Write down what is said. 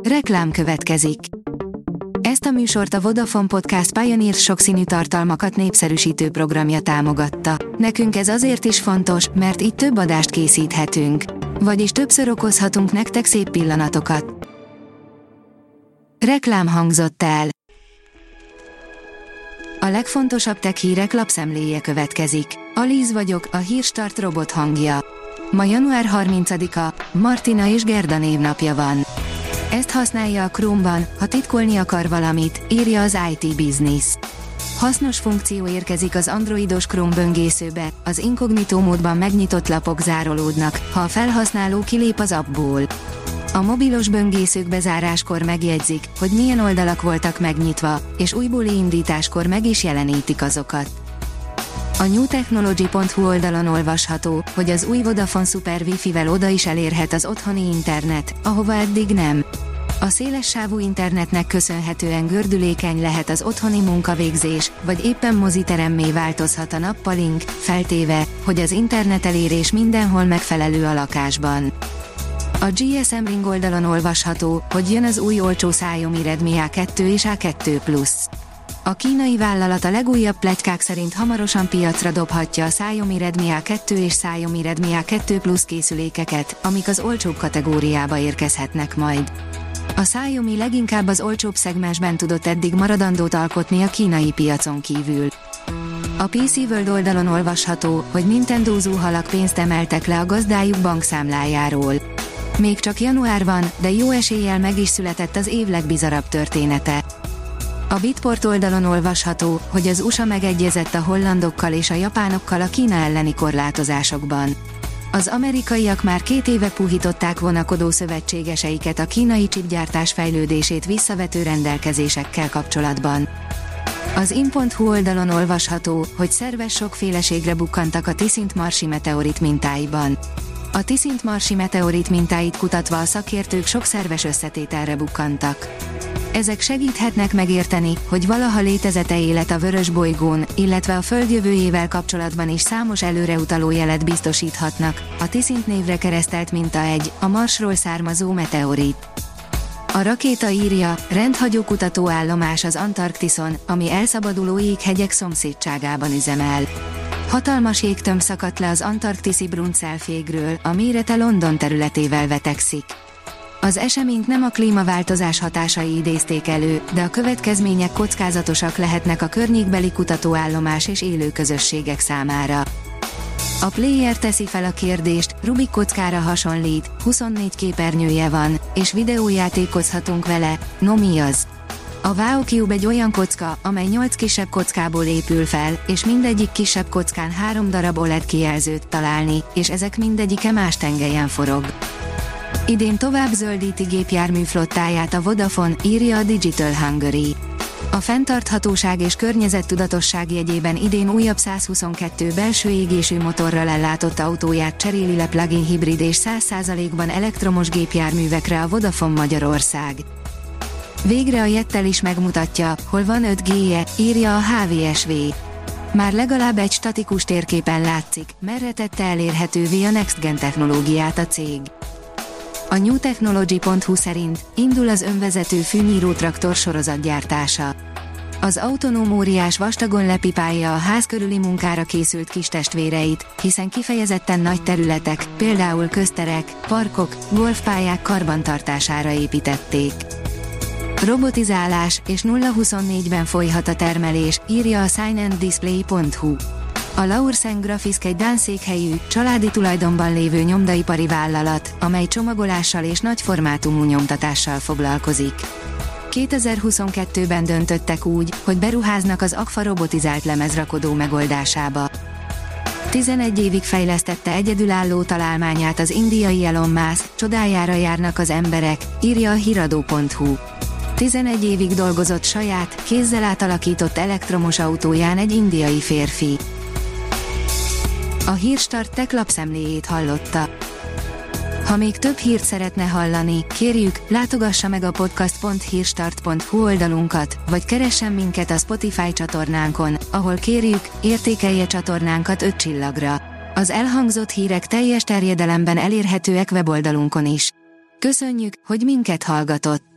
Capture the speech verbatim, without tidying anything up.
Reklám következik. Ezt a műsort a Vodafone Podcast Pioneer sokszínű tartalmakat népszerűsítő programja támogatta. Nekünk ez azért is fontos, mert így több adást készíthetünk. Vagyis többször okozhatunk nektek szép pillanatokat. Reklám hangzott el. A legfontosabb tech hírek lapszemléje következik. Alíz vagyok, a Hírstart robot hangja. Ma január harmincadika, Martina és Gerda névnapja van. Ezt használja a Chrome-ban, ha titkolni akar valamit, írja az i té Business. Hasznos funkció érkezik az androidos Chrome böngészőbe, az inkognitó módban megnyitott lapok zárolódnak, ha a felhasználó kilép az appból. A mobilos böngészők bezáráskor megjegyzik, hogy milyen oldalak voltak megnyitva, és újbóli indításkor meg is jelenítik azokat. A new technology pont hu oldalon olvasható, hogy az új Vodafone Super Wi-Fi-vel oda is elérhet az otthoni internet, ahova eddig nem. A szélessávú internetnek köszönhetően gördülékeny lehet az otthoni munkavégzés, vagy éppen moziteremmé változhat a nappalink, feltéve, hogy az internet elérés mindenhol megfelelő a lakásban. A gé es em Ring oldalon olvasható, hogy jön az új olcsó Xiaomi Redmi á kettő és á kettő Plus. A kínai vállalat a legújabb pletykák szerint hamarosan piacra dobhatja a Xiaomi Redmi á kettő és Xiaomi Redmi á kettő Plus készülékeket, amik az olcsóbb kategóriába érkezhetnek majd. A Xiaomi leginkább az olcsóbb szegmensben tudott eddig maradandót alkotni a kínai piacon kívül. A pé cé World oldalon olvasható, hogy Nintendo halak pénzt emeltek le a gazdájuk bankszámlájáról. Még csak január van, de jó eséllyel meg is született az év legbizarabb története. A Bitport oldalon olvasható, hogy az u es á megegyezett a hollandokkal és a japánokkal a Kína elleni korlátozásokban. Az amerikaiak már két éve puhították vonakodó szövetségeseiket a kínai csipgyártás fejlődését visszavető rendelkezésekkel kapcsolatban. Az in pont hu oldalon olvasható, hogy szerves sokféleségre bukkantak a tiszint marsi meteorit mintáiban. A tiszint marsi meteorit mintáit kutatva a szakértők sok szerves összetételre bukkantak. Ezek segíthetnek megérteni, hogy valaha létezett-e élet a vörös bolygón, illetve a Föld jövőjével kapcsolatban is számos előreutaló jelet biztosíthatnak. A tiszint névre keresztelt minta egy, a Marsról származó meteorit. A rakéta írja, rendhagyó kutatóállomás az Antarktiszon, ami elszabaduló jéghegyek szomszédságában üzemel. Hatalmas jégtömb szakadt le az antarktiszi Brunszelfjégről, a mérete London területével vetekszik. Az eseményt nem a klímaváltozás hatásai idézték elő, de a következmények kockázatosak lehetnek a környékbeli kutatóállomás és élőközösségek számára. A Player teszi fel a kérdést, Rubik kockára hasonlít, huszonnégy képernyője van, és videójátékozhatunk vele, no mi az? A Wow Cube egy olyan kocka, amely nyolc kisebb kockából épül fel, és mindegyik kisebb kockán három darab o el e dé kijelzőt találni, és ezek mindegyike más tengelyen forog. Idén tovább zöldíti gépjárműflottáját a Vodafone, írja a Digital Hungary. A fenntarthatóság és környezettudatosság jegyében idén újabb száz huszonkettő belső égésű motorral ellátott autóját cseréli le plug-in hibrid és száz százalékban elektromos gépjárművekre a Vodafone Magyarország. Végre a Jettel is megmutatja, hol van öt G-je, írja a há vé es vé. Már legalább egy statikus térképen látszik, merre tette elérhetővé a Next Gen technológiát a cég. A new technology pont hu szerint indul az önvezető fűnyíró traktor sorozatgyártása. Az autonóm óriás vastagon lepipálja a ház körüli munkára készült kis testvéreit, hiszen kifejezetten nagy területek, például közterek, parkok, golfpályák karbantartására építették. Robotizálás és nulla huszonnégyben folyhat a termelés, írja a sign and display pont hu. A Laursen Graphisk egy dán székhelyű, családi tulajdonban lévő nyomdaipari vállalat, amely csomagolással és nagyformátumú nyomtatással foglalkozik. kétezer-huszonkettőben döntöttek úgy, hogy beruháznak az Agfa robotizált lemezrakodó megoldásába. tizenegy évig fejlesztette egyedülálló találmányát az indiai Elon Musk, csodájára járnak az emberek, írja a hiradó pont hu. tizenegy évig dolgozott saját, kézzel átalakított elektromos autóján egy indiai férfi. A Hírstart Tech lapszemléjét hallotta. Ha még több hírt szeretne hallani, kérjük, látogassa meg a podcast pont hírstart pont hu oldalunkat, vagy keressen minket a Spotify csatornánkon, ahol kérjük, értékelje csatornánkat öt csillagra. Az elhangzott hírek teljes terjedelemben elérhetőek weboldalunkon is. Köszönjük, hogy minket hallgatott!